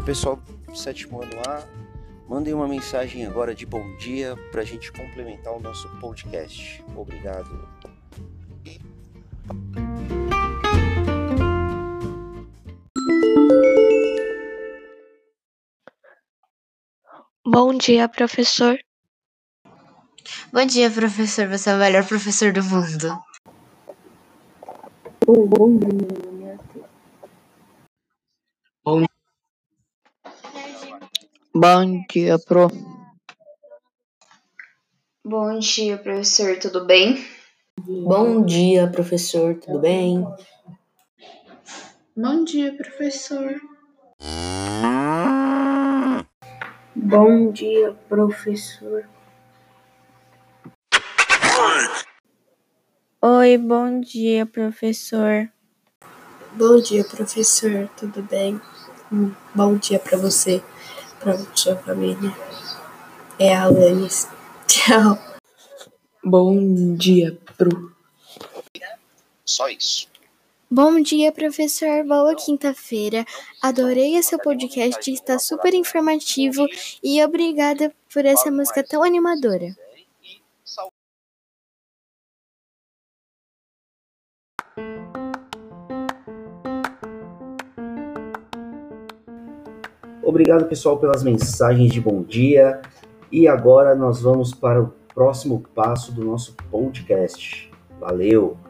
pessoal do sétimo ano A, mandem uma mensagem agora de bom dia para a gente complementar o nosso podcast. Obrigado. Bom dia, professor. Bom dia, professor. Você é o melhor professor do mundo. Bom dia, Bom dia, pro. Bom dia, professor. Tudo bem? Bom dia, professor. Tudo bem? Bom dia, professor. Bom dia, professor. Oi, bom dia, professor. Bom dia, professor. Tudo bem? Bom dia para você, para sua família. É a Alanis. Tchau. Bom dia, pro. Só isso. Bom dia, professor. Boa quinta-feira. Adorei o seu podcast, está super informativo e obrigada por essa música tão animadora. Obrigado, pessoal, pelas mensagens de bom dia. E agora nós vamos para o próximo passo do nosso podcast. Valeu!